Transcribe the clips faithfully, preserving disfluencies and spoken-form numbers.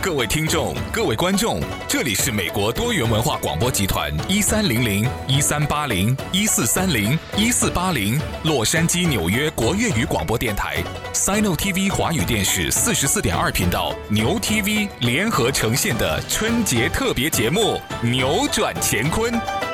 各位听众、各位观众，这里是美国多元文化广播集团一三零零、一三八零、一四三零、一四八零洛杉矶、纽约国粤语广播电台 Sino T V 华语电视四十四点二频道、牛 T V 联合呈现的春节特别节目《扭转乾坤》。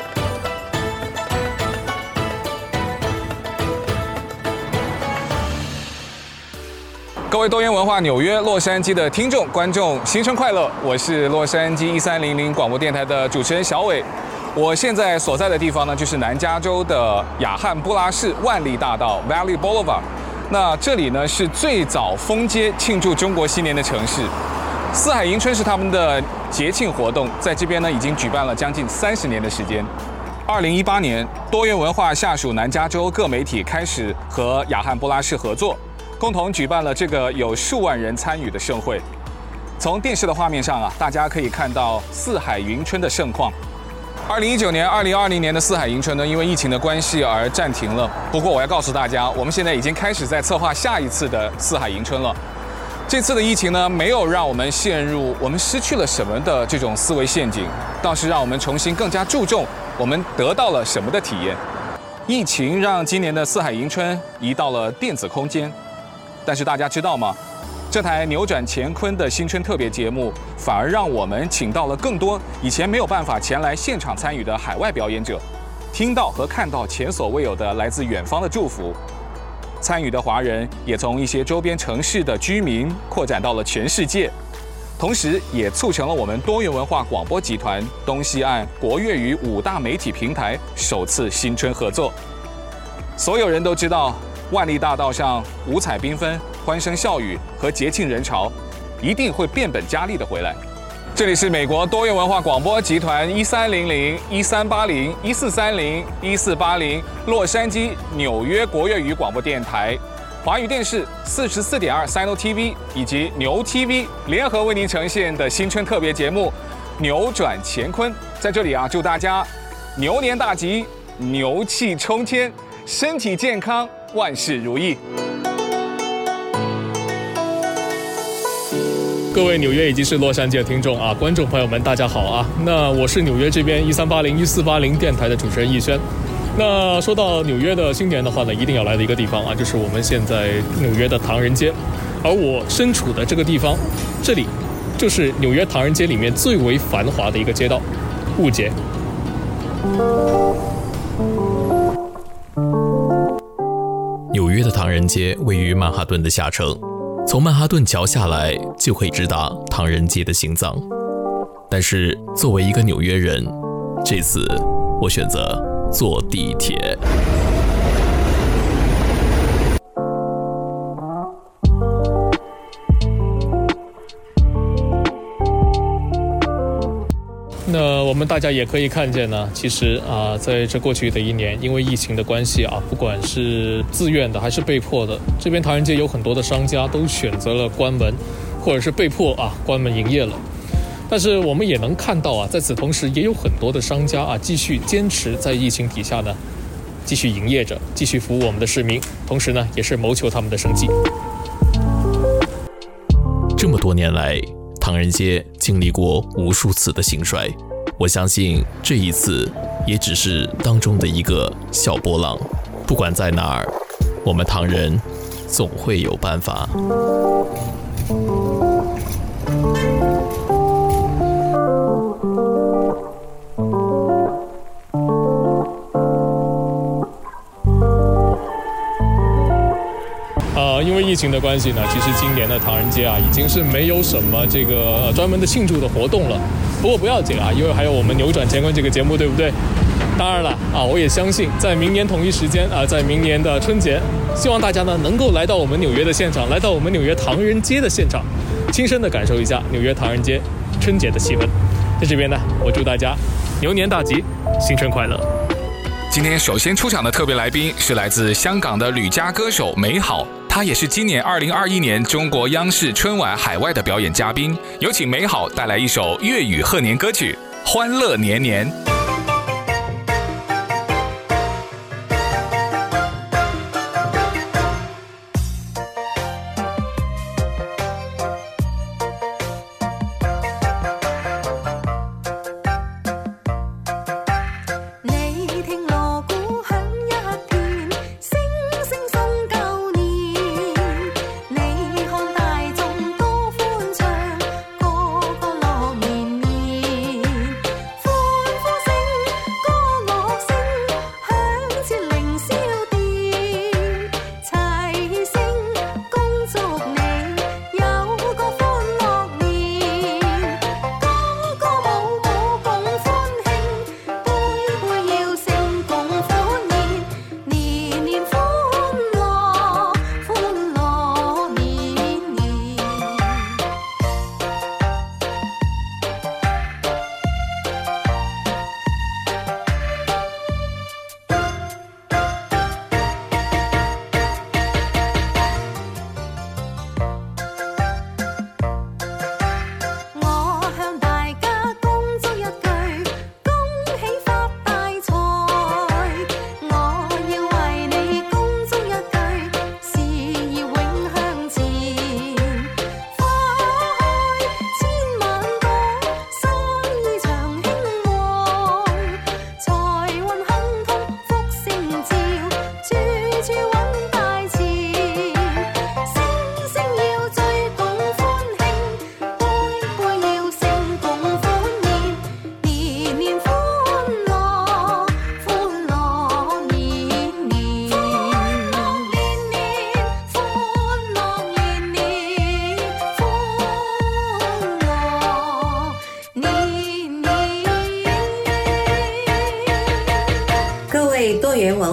各位多元文化纽约、洛杉矶的听众、观众，新春快乐！我是洛杉矶一三零零广播电台的主持人小伟。我现在所在的地方呢，就是南加州的雅汉布拉市万利大道 Valley Boulevard。那这里呢是最早封街庆祝中国新年的城市。四海迎春是他们的节庆活动，在这边呢已经举办了将近三十年的时间。二零一八年，多元文化下属南加州各媒体开始和雅汉布拉市合作。共同举办了这个有数万人参与的盛会。从电视的画面上啊，大家可以看到四海迎春的盛况。二零一九年、二零二零年的四海迎春呢，因为疫情的关系而暂停了。不过我要告诉大家，我们现在已经开始在策划下一次的四海迎春了。这次的疫情呢，没有让我们陷入我们失去了什么的这种思维陷阱，倒是让我们重新更加注重我们得到了什么的体验。疫情让今年的四海迎春移到了电子空间。但是大家知道吗？这台扭转乾坤的新春特别节目，反而让我们请到了更多以前没有办法前来现场参与的海外表演者，听到和看到前所未有的来自远方的祝福。参与的华人也从一些周边城市的居民扩展到了全世界，同时也促成了我们多元文化广播集团东西岸国粤语五大媒体平台首次新春合作。所有人都知道，万利大道上五彩缤纷、欢声笑语和节庆人潮，一定会变本加厉的回来。这里是美国多元文化广播集团一三零零、一三八零、一四三零、一四八零洛杉矶、纽约国粤语广播电台、华语电视四十四点二 Sino T V 以及牛 T V 联合为您呈现的新春特别节目《扭转乾坤》。在这里啊，祝大家牛年大吉，牛气冲天，身体健康，万事如意。 各位纽约以及是洛杉矶的听众啊，观众朋友们，大家好啊！那我是纽约这边一三八零、一四八零电台的主持人逸轩。那说到纽约的新年的话呢，一定要来的一个地方啊，就是我们现在纽约的唐人街。而我身处的这个地方，这里就是纽约唐人街里面最为繁华的一个街道——雾街。 纽约的唐人街位于曼哈顿的下城，从曼哈顿桥下来就可以直达唐人街的心脏。但是作为一个纽约人，这次我选择坐地铁。 那我们大家也可以看见呢，其实啊，在这过去的一年，因为疫情的关系啊，不管是自愿的还是被迫的，这边唐人街有很多的商家都选择了关门，或者是被迫啊关门营业了。但是我们也能看到啊，在此同时，也有很多的商家啊继续坚持在疫情底下呢，继续营业着，继续服务我们的市民，同时呢，也是谋求他们的生计。 这么多年来，唐人街经历过无数次的兴衰，我相信这一次也只是当中的一个小波浪。不管在哪儿，我们唐人总会有办法。 因为疫情的关系呢，其实今年的唐人街啊，已经是没有什么这个专门的庆祝的活动了。不过不要紧啊，因为还有我们扭转乾坤这个节目，对不对？当然了啊，我也相信在明年同一时间啊，在明年的春节，希望大家呢能够来到我们纽约的现场，来到我们纽约唐人街的现场，亲身的感受一下纽约唐人街春节的气氛。在这边呢，我祝大家牛年大吉，新春快乐。 今天首先出场的特别来宾是来自香港的旅家歌手美好，他也是今年二零二一年中国央视春晚海外的表演嘉宾。有请美好带来一首粤语贺年歌曲《欢乐年年》。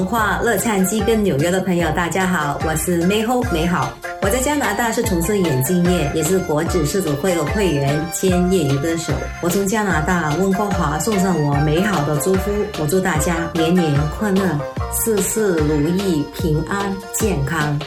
化洛杉矶跟纽约的朋友，大家好，我是美后美好。我在加拿大是从事眼镜业，也是国子狮子会的会员兼业余歌手。我从加拿大温哥华送上我美好的祝福，我祝大家年年快乐，事事如意，平安健康。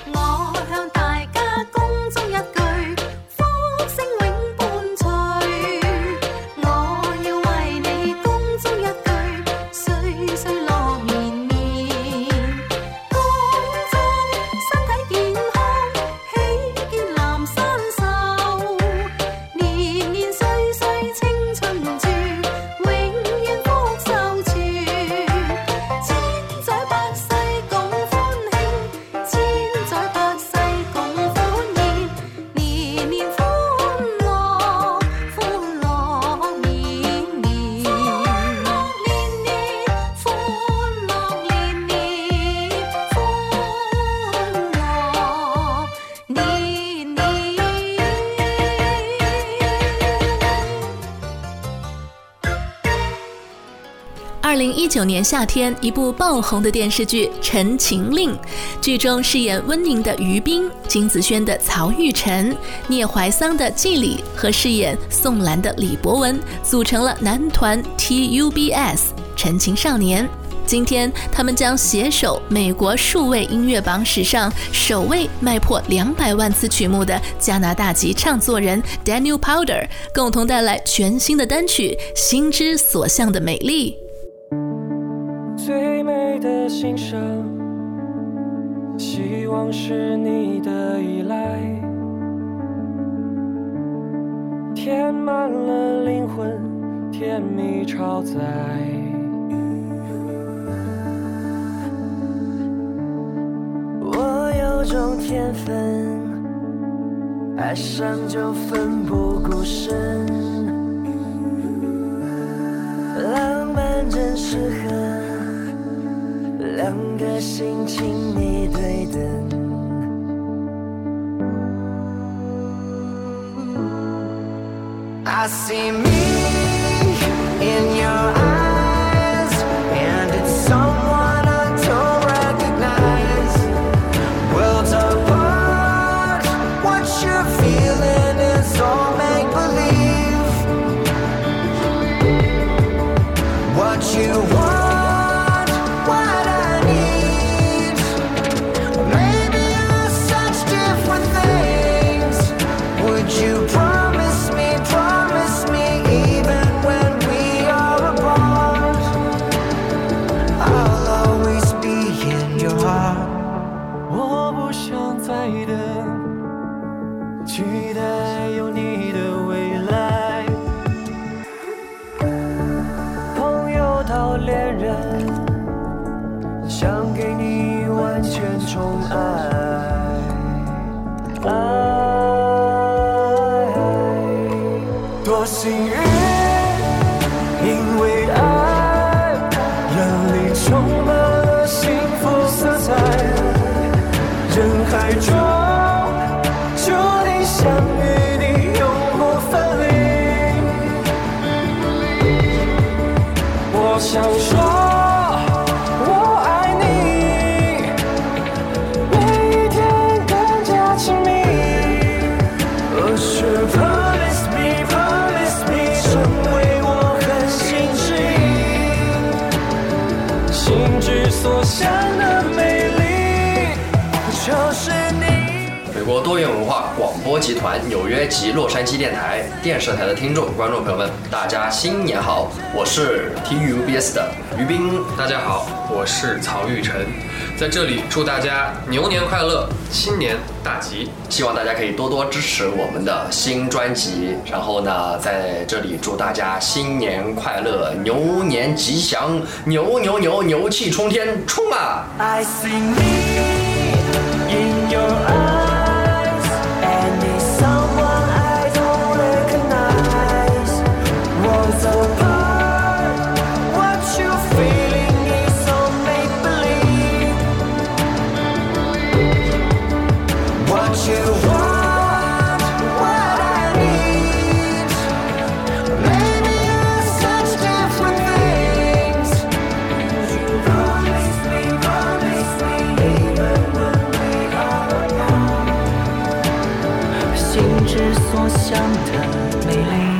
二零一九年夏天，一部爆红的电视剧《陈情令》，剧中饰演温宁的于冰、金子轩的曹玉成、聂怀桑的季礼和饰演宋兰的李博文组成了男团 T U B S 陈情少年。今天，他们将携手美国数位音乐榜史上首位卖破两百万次曲目的加拿大籍唱作人 Daniel Powder， 共同带来全新的单曲《心之所向的美丽》。 最美的欣赏，希望是你的依赖，填满了灵魂，甜蜜超载。我有种天分，爱上就奋不顾身，浪漫真适合两个心情你对等。I see me in your eyes, and it's someone I don't recognize. Worlds apart, what you're feeling is all make-believe. What you want, what I need, maybe are such different things. Would you promise me, promise me, even when we are apart, I'll always be in your heart. 我不想再等，期待有你的未来。朋友到恋人，想给你完全宠爱，爱，多幸运，因为爱，眼里充满了幸福色彩，人海中注定相遇，你永不分离。我想说Promise me, promise me， 成为我狠心之一，心之所向的美丽，就是你。 美国多元文化广播集团纽约及洛杉矶电台电视台的听众、观众朋友们，大家新年好！我是 T U B S 的于冰。 大家好，我是曹玉成，在这里祝大家牛年快乐，新年大吉！ 希望大家可以多多支持我们的新专辑，然后呢，在这里祝大家新年快乐，牛年吉祥，牛牛牛牛气冲天，冲啊 ！I see me in your eyes, and it's someone I don't recognize. Worlds apart, what you feeling is all make believe. What you want, what I need, maybe are such different things. You promise me, promise. 心之所向的美丽。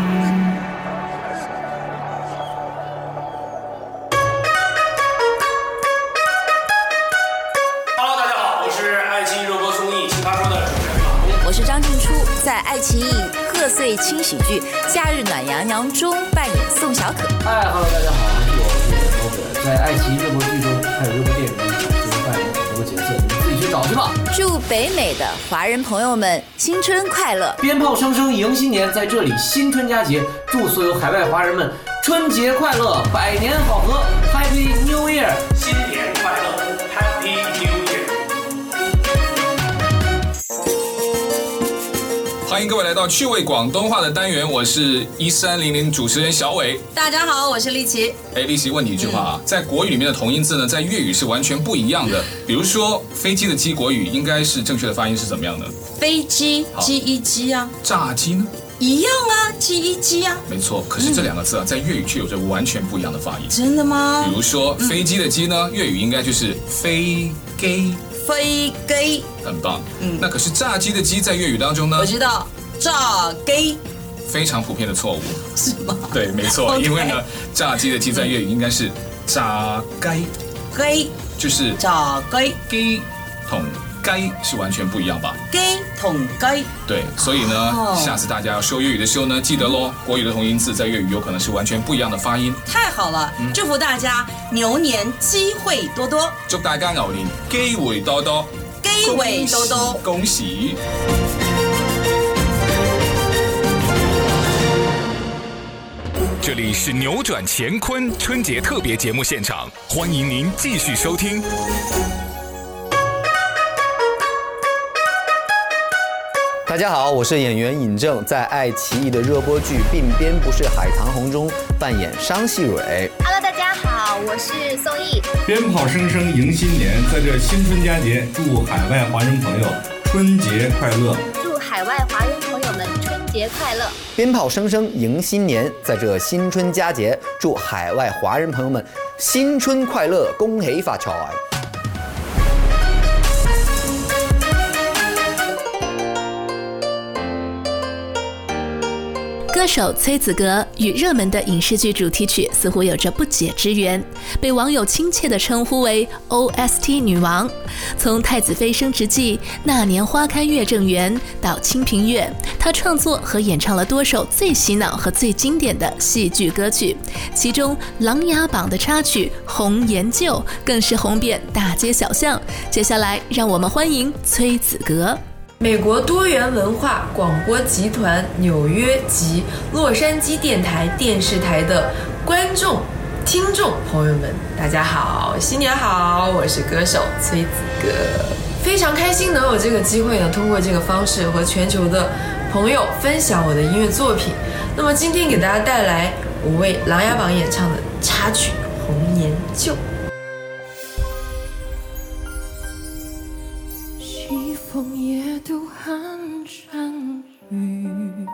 Hello， 大家好，我是爱奇艺热播综艺《奇葩说》的主持人马。 我是张静初，在爱奇艺贺岁轻喜剧《夏日暖洋洋》中扮演宋小可。 嗨 ，Hello， 大家好，我是周本，在爱奇艺热播剧中还有热播电影中，其实扮演很多角色，你们自己去找去吧。 祝北美的华人朋友们新春快乐！ 鞭炮声声迎新年，在这里新春佳节，祝所有海外华人们春节快乐，百年好合 ，Happy New Year， 新年快乐 ，Happy New Year。 欢迎各位来到趣味广东话的单元，我是一三零零主持人小伟。 大家好，我是丽琪。 哎，丽琪问你一句话啊，嗯、在国语里面的同音字呢，在粤语是完全不一样的。比如说飞机的机，国语应该是正确的发音是怎么样的？ 飞机，机一机啊。 炸鸡呢？ 一样啊，机一机啊。 没错，可是这两个字啊，在粤语却有着完全不一样的发音。 真的吗？ 比如说飞机的机呢，粤语应该就是飞机。 飞机， 很棒。嗯，那可是炸鸡的鸡在粤语当中呢？ 我知道，炸鸡。 非常普遍的错误。 是吗？ 对，没错， okay. 因为呢，炸鸡的鸡在粤语应该是炸鸡， 鸡就是炸鸡， 鸡同鸡是完全不一样吧？ 鸡同鸡。 对，所以呢，哦、下次大家要说粤语的时候呢，记得咯，国语的同音字在粤语有可能是完全不一样的发音。 太好了，嗯、祝福大家牛年机会多多， 祝大家牛年機會多多， 機會多多， 恭喜！ 这里是扭转乾坤春节特别节目现场，欢迎您继续收听。 大家好，我是演员尹正，在爱奇艺的热播剧《鬓边不是海棠红》中扮演商细蕊。 Hello， 大家好，我是宋轶。 鞭炮声声迎新年，在这新春佳节，祝海外华人朋友春节快乐！ 祝海外华人朋友们春节快乐！ 鞭炮声声迎新年，在这新春佳节，祝海外华人朋友们新春快乐，恭喜发财！ 歌手崔子格与热门的影视剧主题曲似乎有着不解之缘，被网友亲切地称呼为 O S T 女王。从太子妃升职记、那年花开月正圆到清平乐，她创作和演唱了多首最洗脑和最经典的戏剧歌曲，其中《琅琊榜》的插曲《红颜旧》更是红遍大街小巷。接下来，让我们欢迎崔子格。 美国多元文化广播集团纽约及洛杉矶电台电视台的观众、听众朋友们，大家好，新年好！我是歌手崔子格，非常开心能有这个机会呢，通过这个方式和全球的朋友分享我的音乐作品。那么今天给大家带来我为《琅琊榜》演唱的插曲《红颜旧》。 西风夜渡寒山雨，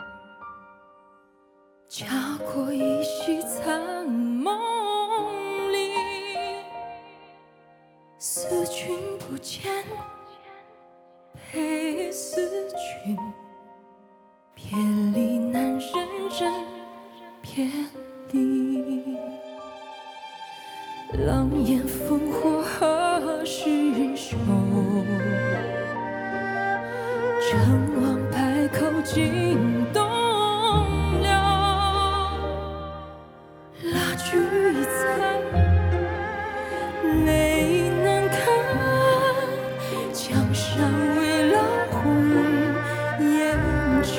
家国依稀残梦里，思君不见，悲思君，别离难忍忍别离，狼烟烽火何时收？成王败寇惊动了，蜡炬已残，泪难干，江山未老红颜旧。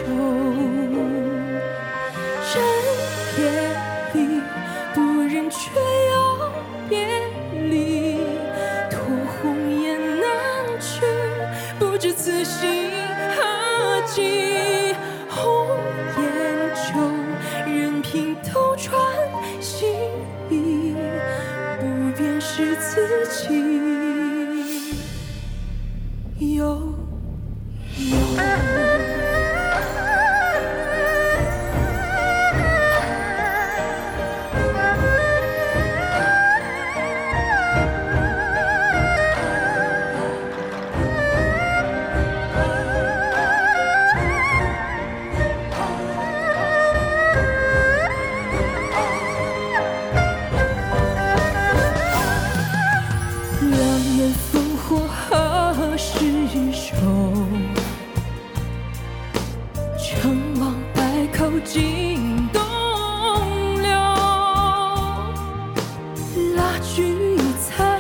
人别离，不忍却要别离，托红颜难去，不知此心何寄。红颜旧，任凭斗转星移，不辨是自己悠悠。 惊动流，蜡炬残，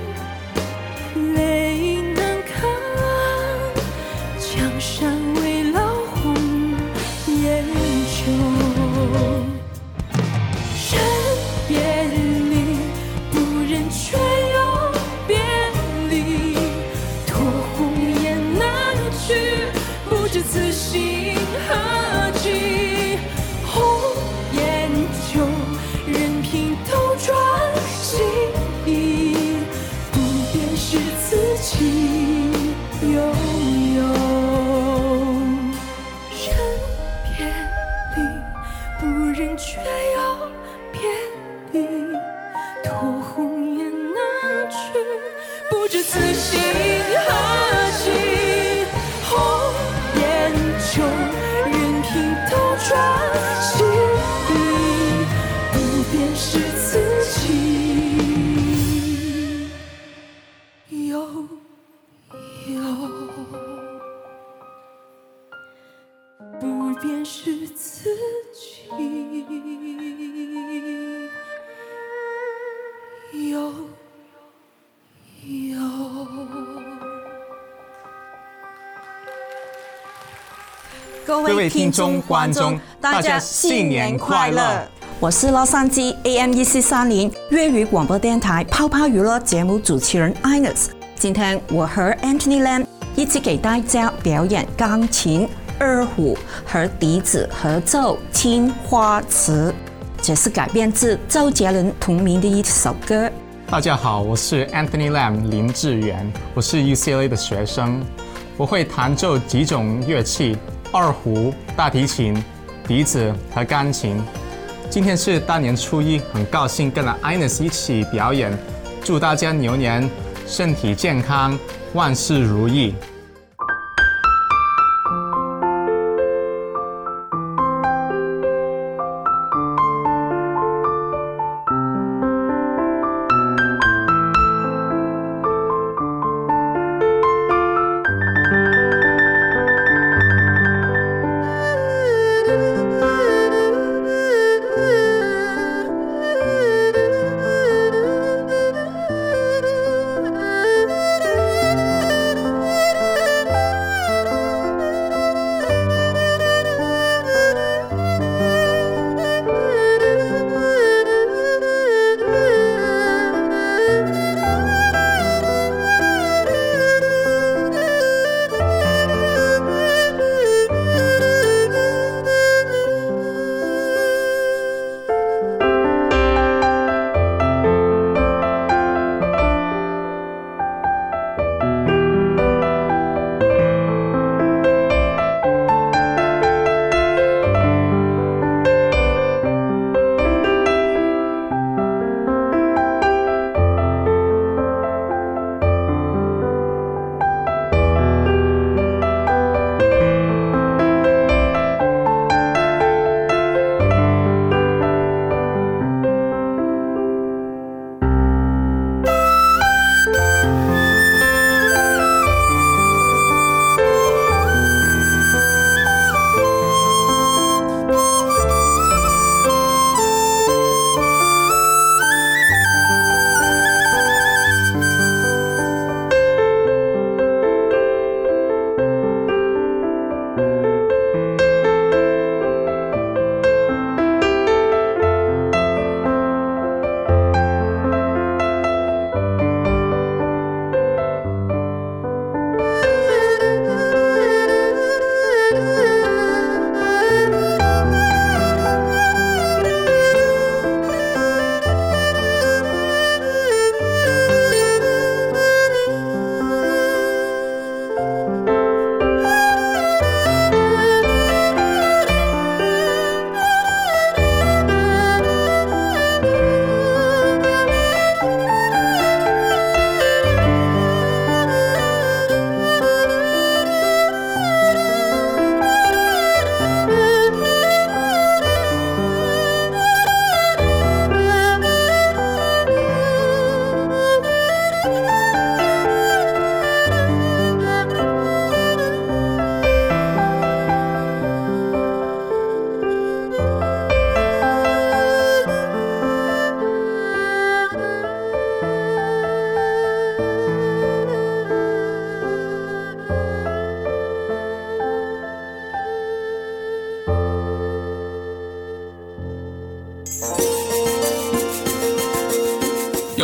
泪难干，江山未老红颜旧。人别离，不忍却又别离，托鸿雁南去，不知此心何寄。红颜旧，任凭斗转星移，不辨是自己悠悠。人别离，不忍却又别离，托鸿雁南去，不知此心何寄。红颜旧，任凭斗转星移，不辨是自己悠悠，不辨是自己悠悠。 各位听众、观众，大家新年快乐！ 我是洛杉矶 A M 一四三零粤语广播电台泡泡娱乐节目主持人 Ines。今天我和 Anthony Lam 一起给大家表演钢琴、二胡和笛子合奏《青花瓷》，这是改编自周杰伦同名的一首歌。 大家好，我是 Anthony Lam 林志源，我是 U C L A 的学生，我会弹奏几种乐器。二胡、大提琴、笛子和钢琴。今天是大年初一，很高兴跟了 Ines 一起表演，祝大家牛年身体健康，万事如意。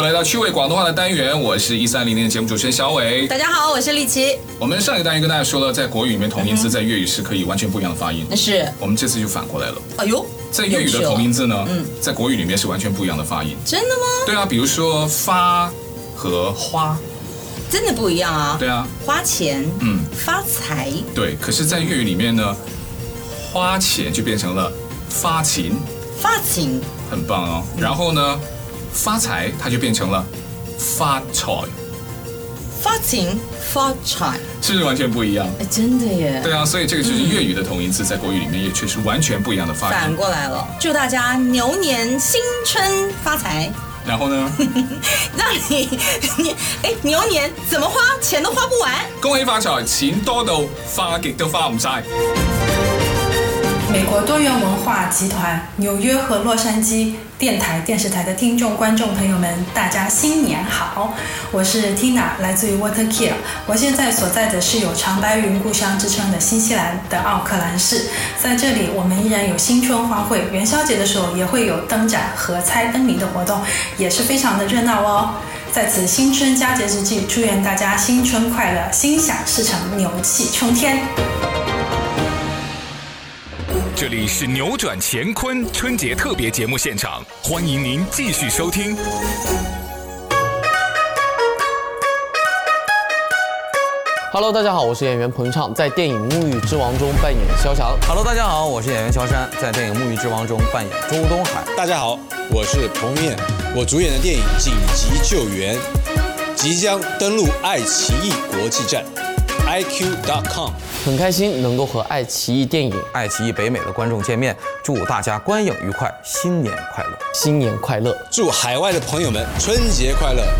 又来到趣味广东话的单元，我是一三零零的节目主持人小伟。 大家好，我是丽琪。 我们上一个单元跟大家说了，在国语里面同音字在粤语是可以完全不一样的发音。 是。 我们这次就反过来了。 哎呦， 在粤语的同音字呢，嗯，在国语里面是完全不一样的发音。 真的吗？ 对啊，比如说发和花。 真的不一样啊！ 对啊， 花钱，嗯，发财， 对。可是，在粤语里面呢，花钱就变成了发钱， 发钱， 很棒哦。然后呢，发财它就变成了发财， 发钱发财， 是不是完全不一样？ 哎，真的耶！ 对啊，所以这个就是粤语的同音字，在国语里面也确实完全不一样的发音。 反过来了，祝大家牛年新春发财。 然后呢？ 让你你哎，牛年怎么花钱都花不完。 恭喜發財，錢多到花極都花唔晒。 美国多元文化集团纽约和洛杉矶电台、电视台的听众、观众朋友们，大家新年好！我是 Tina， 来自于 Waterkill。我现在所在的是有长白云故乡之称的新西兰的奥克兰市，在这里我们依然有新春花卉，元宵节的时候也会有灯展和猜灯谜的活动，也是非常的热闹哦。在此新春佳节之际，祝愿大家新春快乐，心想事成，牛气冲天。 这里是扭转乾坤春节特别节目现场，欢迎您继续收听。 Hello， 大家好，我是演员彭昱畅，在电影《沐浴之王》中扮演萧翔。 Hello， 大家好，我是演员乔杉，在电影《沐浴之王》中扮演周东海。 大家好，我是彭于晏，我主演的电影《紧急救援》即将登陆爱奇艺国际站 i q dot com， 很开心能够和爱奇艺电影、 爱奇艺北美的观众见面，祝大家观影愉快，新年快乐， 新年快乐！ 祝海外的朋友们春节快乐！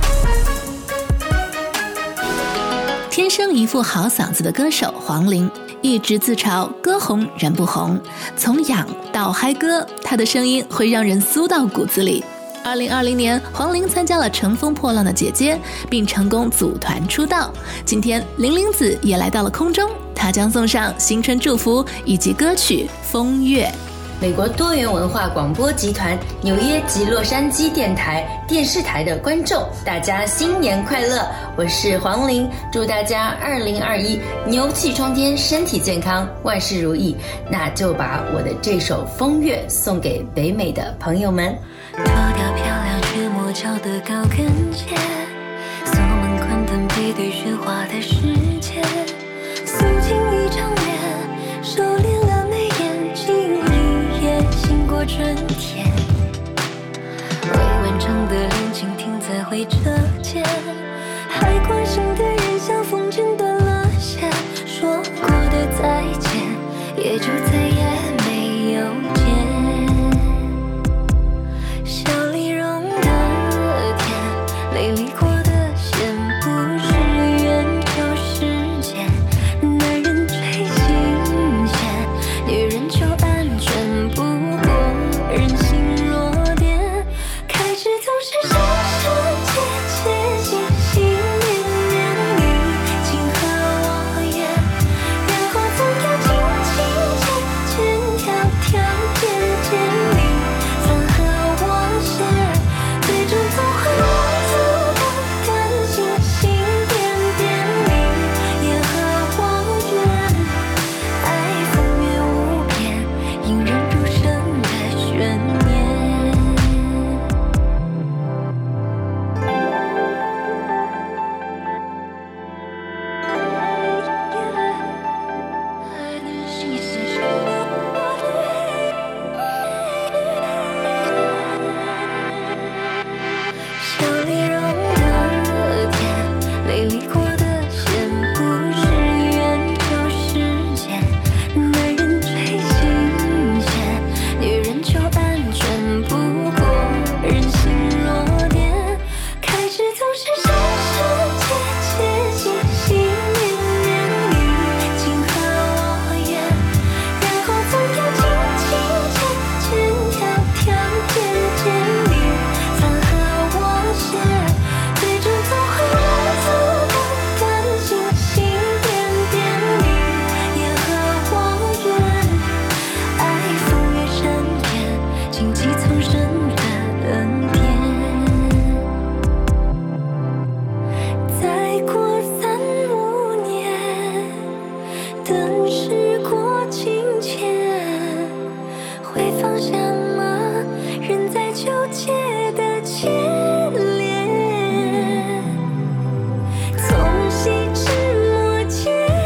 天生一副好嗓子的歌手黄龄，一直自嘲歌红人不红，从痒到嗨歌，她的声音会让人酥到骨子里。二零二零年，黄龄参加了《乘风破浪的姐姐》，并成功组团出道。今天，玲玲子也来到了空中，她将送上新春祝福以及歌曲《风月》。 美国多元文化广播集团纽约及洛杉矶电台、电视台的观众，大家新年快乐！我是黄龄，祝大家二零二一牛气冲天，身体健康，万事如意。那就把我的这首《风月》送给北美的朋友们。 脱掉漂亮却磨脚的高跟鞋，锁门关灯背对喧哗的世界，素净一张脸，收敛了眉眼，静一夜，醒过春天。未完成的恋情停在回车键，还关心的人像风筝断了线，说过的再见，也就再也没有见。美丽过的线不是缘就是剑，男人最新鲜，女人就安全不过人心弱点。开始总是小声姐姐心心念念你，请和我言，然后总要紧紧牵下吗？人在纠结的牵连，从细枝末节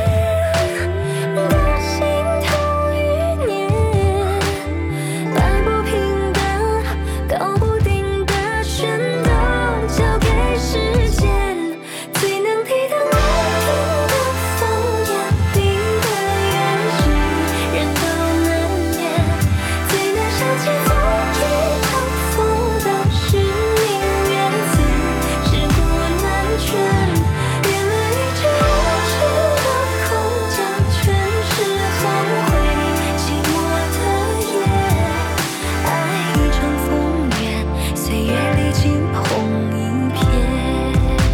到心头余年，摆不平的、搞不定的，全都交给时间。最能抵挡我听的风言，定的约誓，人都难免。最能想起风雨重复到是明月字，时过难全。圆了一只无知的空讲，全是后悔寂寞的夜。爱一场风月，岁月历经红一片。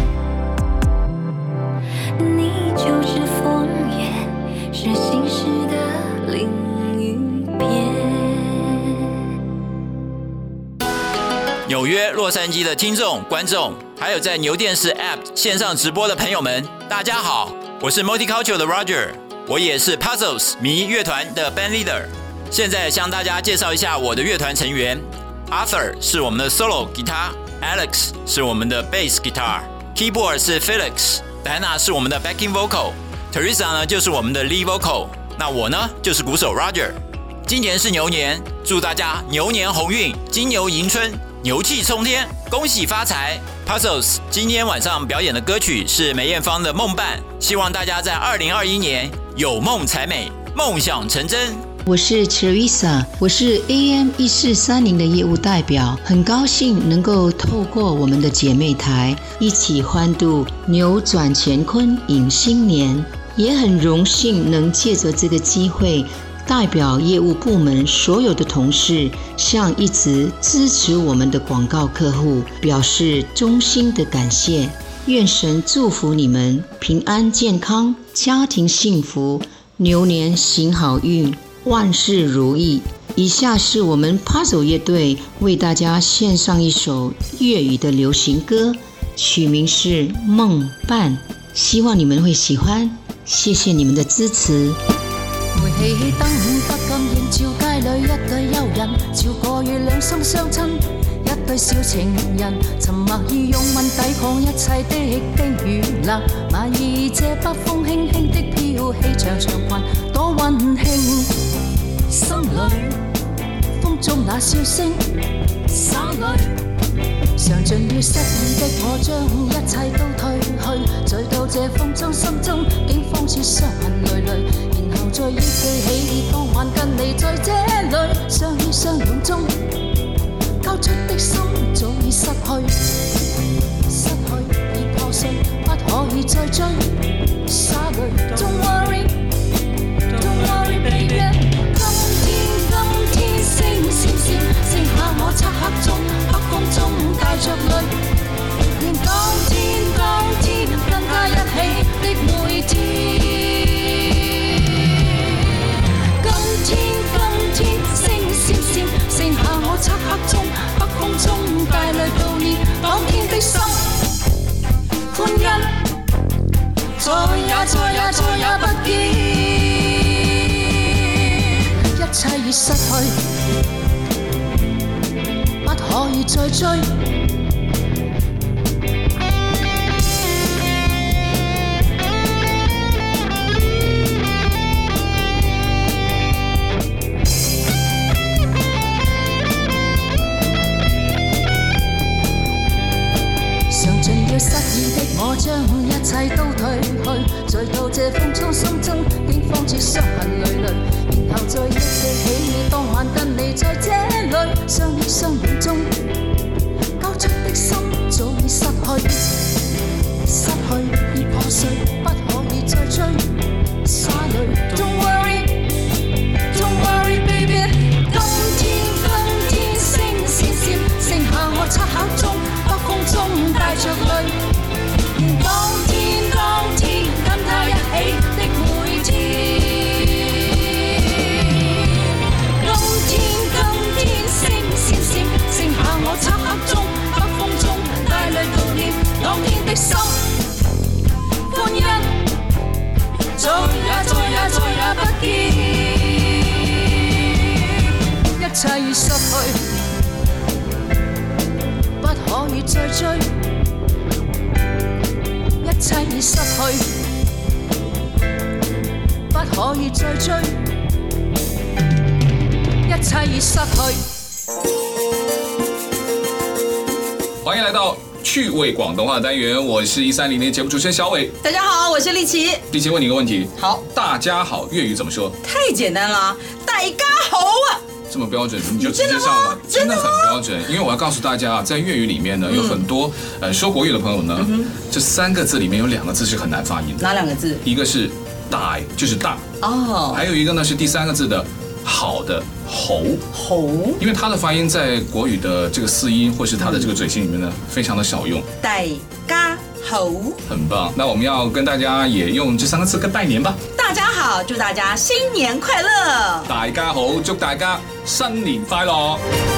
你就是风月，是心事的另一边。 纽约、洛杉矶的听众、观众，还有在牛电视 App 线上直播的朋友们，大家好，我是 Multicultural 的 Roger， 我也是 Puzzles 迷乐团的 Band Leader。现在向大家介绍一下我的乐团成员 ：Arthur 是我们的 Solo 吉他 ，Alex 是我们的 Bass Guitar，Keyboard 是 Felix，Diana 是我们的 Backing Vocal，Teresa 呢就是我们的 Lead Vocal， 那我呢就是鼓手 Roger。今年是牛年，祝大家牛年鸿运，金牛迎春，牛气冲天，恭喜发财 ！Puzzles 今天晚上表演的歌曲是梅艳芳的《梦伴》，希望大家在二零二一年有梦才美，梦想成真。 我是 Teresa， 我是 A M 一四三零的业务代表，很高兴能够透过我们的姐妹台一起欢度扭转乾坤迎新年，也很荣幸能借着这个机会代表业务部门所有的同事，向一直支持我们的广告客户表示衷心的感谢。愿神祝福你们平安健康，家庭幸福，牛年行好运，万事如意。以下是我们 Puzzle 乐队为大家献上一首粤语的流行歌，曲名是《梦伴》，希望你们会喜欢，谢谢你们的支持。 煤氣燈不禁映照街裏一對幽人，照過月兩心相親，一對小情人，沉默以用吻抵抗一切的冰與冷。晚意這北風輕輕的飄起長長裙，多溫馨。心裏風中那笑聲灑淚，嘗盡了失意的我將一切都退去，醉到這風中心中竟仿似傷痕累累。再憶記起當晚跟你在這裏相依相擁中，交出的心早已失去，失去已破碎，不可以再追。灑淚 Don't worry Don't worry baby， 今天今天星閃閃，剩下我漆黑中黑風中帶着淚，連當天當天跟他一起的每天。今天星閃閃，剩下我漆黑中黑風中帶淚悼念當天的心，歡欣再也再也再也不見，一切已失去，不可以再追。失意的我將一切都退去，醉到這風中心中竟仿似傷痕累累，然後再憶記起當晚跟你在這裏相依相擁中，交出的心早已失去，失去已破碎，不可以再追。灑淚 Don't worry Don't worry baby， 今天今天星閃閃，剩下我漆黑中北風中帶着淚，連當天當天跟他一起的每天。今天今天星閃閃，剩下我漆黑中北風中帶淚悼念當天的心，歡欣再也再也再也別再追，一切已失去。 欢迎来到趣味广东话单元，我是一三零零节目主持人小伟。 大家好，我是丽琪。 丽琪问你一个问题， 好， 大家好，粤语怎么说？ 太简单了，大家好啊！ 这么标准，你就直接上了，真的很标准。因为我要告诉大家啊，在粤语里面呢，有很多呃说国语的朋友呢， 嗯、 这三个字里面有两个字是很难发音的。 哪两个字？ 一个是大，就是大哦， 还有一个呢是第三个字的好的猴猴， 因为它的发音在国语的这个四音或是它的这个嘴型里面呢，非常的少用。 大家好， 很棒。那我们要跟大家也用这三个字跟拜年吧。 大家好，祝大家新年快乐！ 大家好，祝大家新年快乐！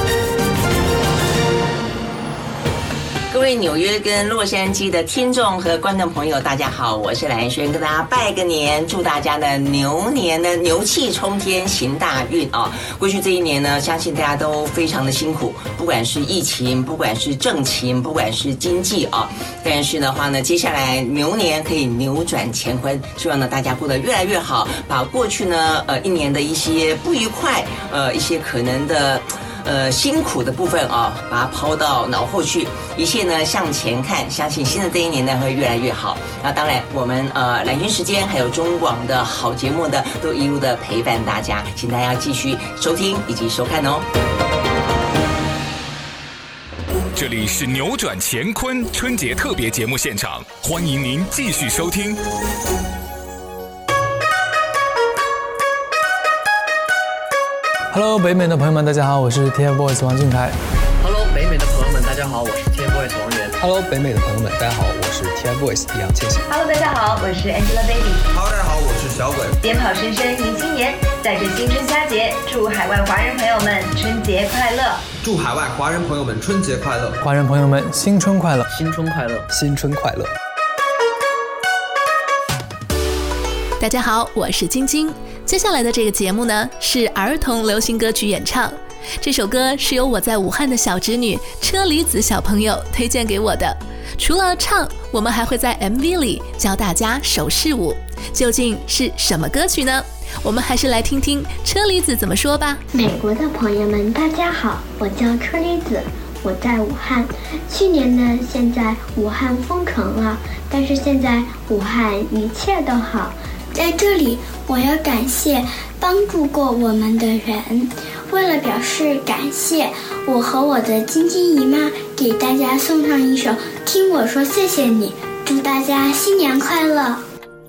各位纽约跟洛杉矶的听众和观众朋友，大家好，我是蓝轩，跟大家拜个年，祝大家的牛年呢牛气冲天，行大运啊！过去这一年呢，相信大家都非常的辛苦，不管是疫情，不管是政情，不管是经济啊，但是的话呢，接下来牛年可以扭转乾坤，希望呢大家过得越来越好，把过去呢呃一年的一些不愉快，呃一些可能的。呃，辛苦的部分啊，把它抛到脑后去，一切呢向前看，相信新的这一年呢会越来越好。那当然，我们呃蓝军时间还有中广的好节目呢，都一路的陪伴大家，请大家继续收听以及收看哦。 这里是扭转乾坤春节特别节目现场，欢迎您继续收听。 Hello， 北美的朋友们，大家好，我是 TFBOYS 王俊凯。 Hello， 北美的朋友们，大家好，我是 TFBOYS 王源。 Hello， 北美的朋友们，大家好，我是 TFBOYS 易烊千玺。 Hello， 大家好，我是 Angelababy。 Hello， 大家好，我是小鬼。 鞭炮声声迎新年，在这新春佳节，祝海外华人朋友们春节快乐！ 祝海外华人朋友们春节快乐！ 华人朋友们新春快乐！ 新春快乐！ 新春快乐！ 大家好，我是晶晶。接下来的这个节目呢，是儿童流行歌曲演唱。这首歌是由我在武汉的小侄女车厘子小朋友推荐给我的。除了唱，我们还会在 M V 里教大家手势舞。究竟是什么歌曲呢？我们还是来听听车厘子怎么说吧。 美国的朋友们，大家好，我叫车厘子，我在武汉。去年呢，现在武汉封城了，但是现在武汉一切都好。在这里，我要感谢帮助过我们的人。为了表示感谢，我和我的晶晶姨妈给大家送上一首《听我说谢谢你》，祝大家新年快乐。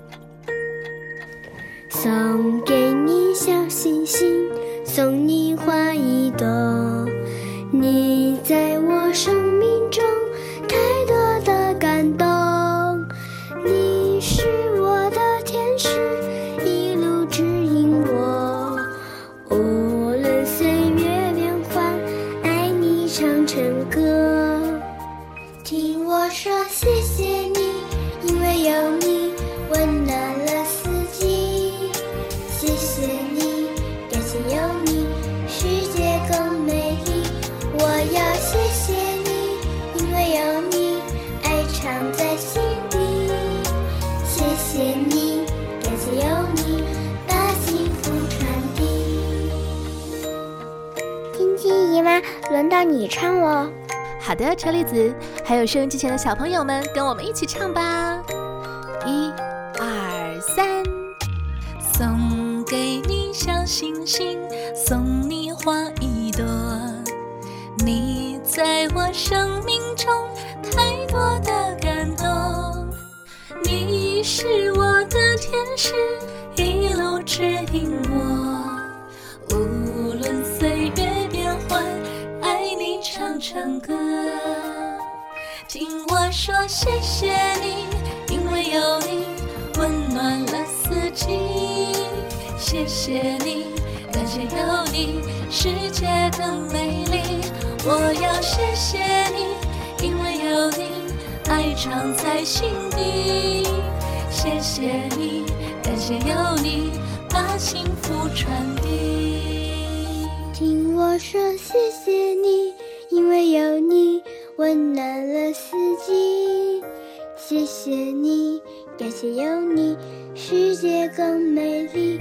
送给你小星星，送你花一朵，你在我生命中太多的感动，你是我的天使，一路指引我，无论岁月变幻，爱你唱成歌。听我说谢谢你，因为有你温暖了四季，谢谢你，感谢有你，世界更美丽。我要谢谢你，因为有你，爱藏在心底。谢谢你，感谢有你，把幸福传递。晶晶姨妈，轮到你唱喽。 好的，车厘子，还有收音机前的小朋友们，跟我们一起唱吧。一、二、三。 送给你小星星，送你花一朵，你在我生命中太多的感动，你是我的天使，一路指引我，无论岁月变幻，爱你唱唱歌。听我说谢谢你，因为有你温暖了四季。谢谢你，感谢有你，世界更美丽。我要谢谢你，因为有你，爱藏在心底。谢谢你，感谢有你，把幸福传递。 听我说谢谢你，因为有你温暖了四季。谢谢你，感谢有你，世界更美丽。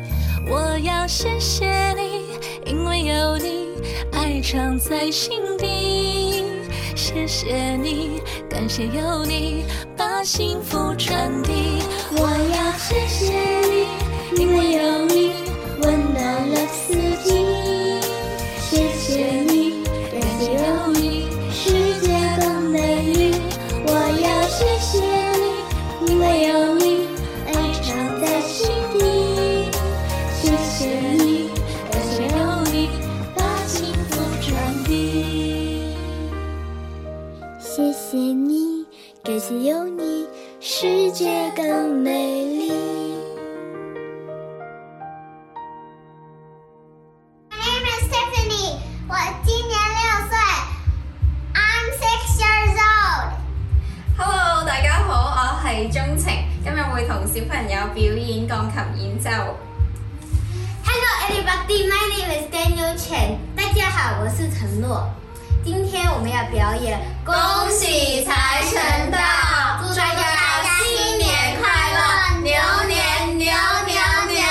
我要谢谢你，因为有你，爱常在心底。谢谢你，感谢有你，把幸福传递。我要谢谢你，因为有你，温暖了四季。谢谢你，感谢有你，世界更美丽。我要谢谢你，因为有你，爱常在心底。谢谢你，感谢有你，把幸福传递。 谢谢你，感谢有你，世界更美丽。 My name is Tiffany， 我今年六歲 ，I'm six years old。 Hello， 大家好，我係鍾晴，今日會同小朋友表演鋼琴演奏。 Hello everybody, my name is Daniel Chen。大家好，我是陳諾。今天我們要表演恭喜財神到，祝大家新年快樂，牛年牛牛牛。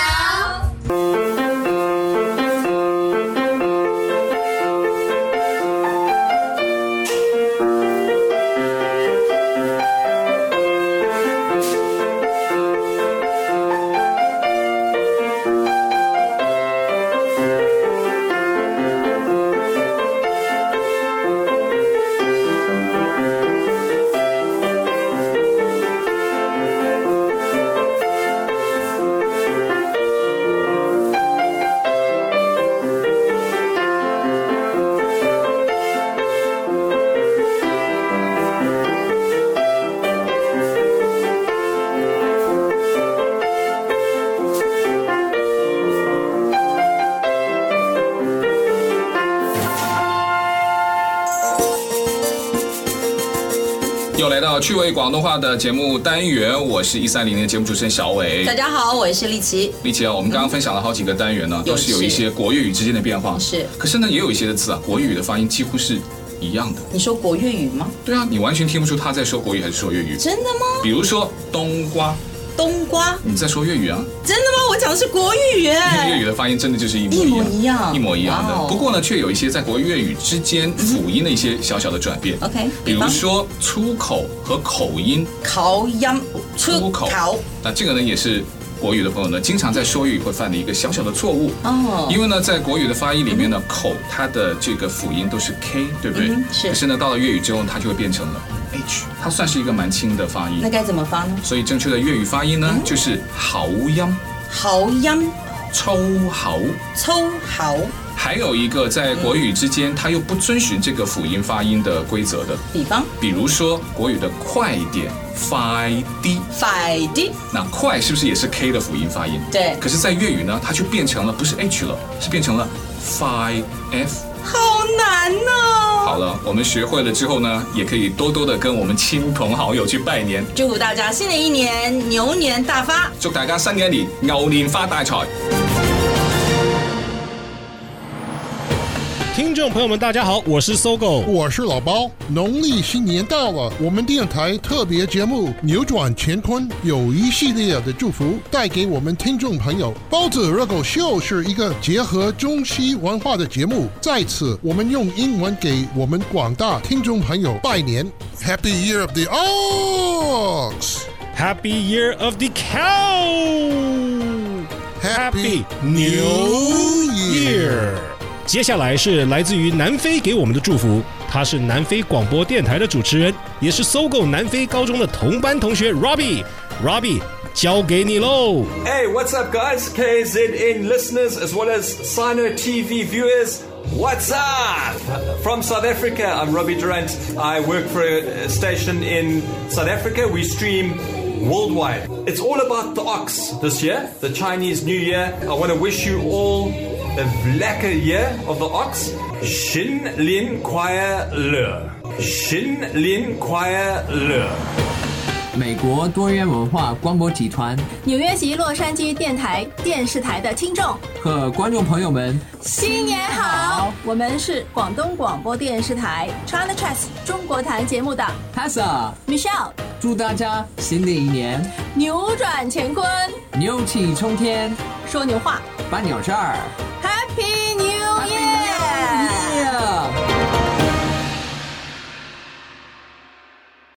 又来到趣味广东话的节目单元，我是一三零的节目主持人小伟。 大家好，我是丽琪。 丽琪啊，我们刚刚分享了好几个单元呢，都是有一些国粤语之间的变化。 是， 可是呢，也有一些的字啊，国语的发音几乎是一样的。 你说国粤语吗？ 对啊，你完全听不出他在说国语还是说粤语。 真的吗？ 比如说冬瓜。 冬瓜， 你在说粤语啊？ 真的吗？我讲的是国语耶。 粤语的发音真的就是一模一样， 一模一样， 一模一样的。 Wow 不过呢，却有一些在国粤语之间辅音的一些小小的转变。 OK， 比如说出口和口音。 口音， 出口。那这个呢，也是国语的朋友呢，经常在说粤语会犯的一个小小的错误。哦。因为呢，在国语的发音里面呢，口它的这个辅音都是 K， 对不对？ 嗯，是。 可是呢，到了粤语之后，它就会变成了 H， 它算是一个蛮轻的发音。 那该怎么发呢？ 所以正确的粤语发音呢，嗯、就是口音。 口音。 粗口。 粗口。 还有一个在国语之间，它又不遵循这个辅音发音的规则的。 比方， 比如说国语的快点，快啲， 快啲。 那快是不是也是 K 的辅音发音？ 对。 可是，在粤语呢，它就变成了不是 H 了，是变成了 five F。 好难哦！ 好了，我们学会了之后呢，也可以多多的跟我们亲朋好友去拜年， 祝福大家新的一年牛年大发， 祝大家新嘅一年牛年發大財。 听众朋友们，大家好，我是搜狗， 我是老包。农历新年到了，我们电台特别节目《扭转乾坤》有一系列的祝福带给我们听众朋友。包子热狗秀是一个结合中西文化的节目，在此我们用英文给我们广大听众朋友拜年 ，Happy Year of the Ox， Happy Year of the Cow，Happy New Year。接下来是来自于南非给我们的祝福，他是南非广播电台的主持人，也是搜狗南非高中的同班同学 Robbie。Robbie， 交给你喽。 Hey, what's up, guys? K Z N listeners as well as Sino T V viewers. What's up? From South Africa, I'm Robbie Durant. I work for a station in South Africa. We stream worldwide. It's all about the ox this year, the Chinese New Year. I want to wish you all a blacker year of the ox. 新年快乐，新年快乐。 美国多元文化广播集团纽约及洛杉矶电台电视台的听众和观众朋友们， 新年好！我们是广东广播电视台 China Chess 中国台节目的 Tessa、Michelle， 祝大家新的一年扭转乾坤， 牛气冲天， 说牛话办鸟事儿。 Happy New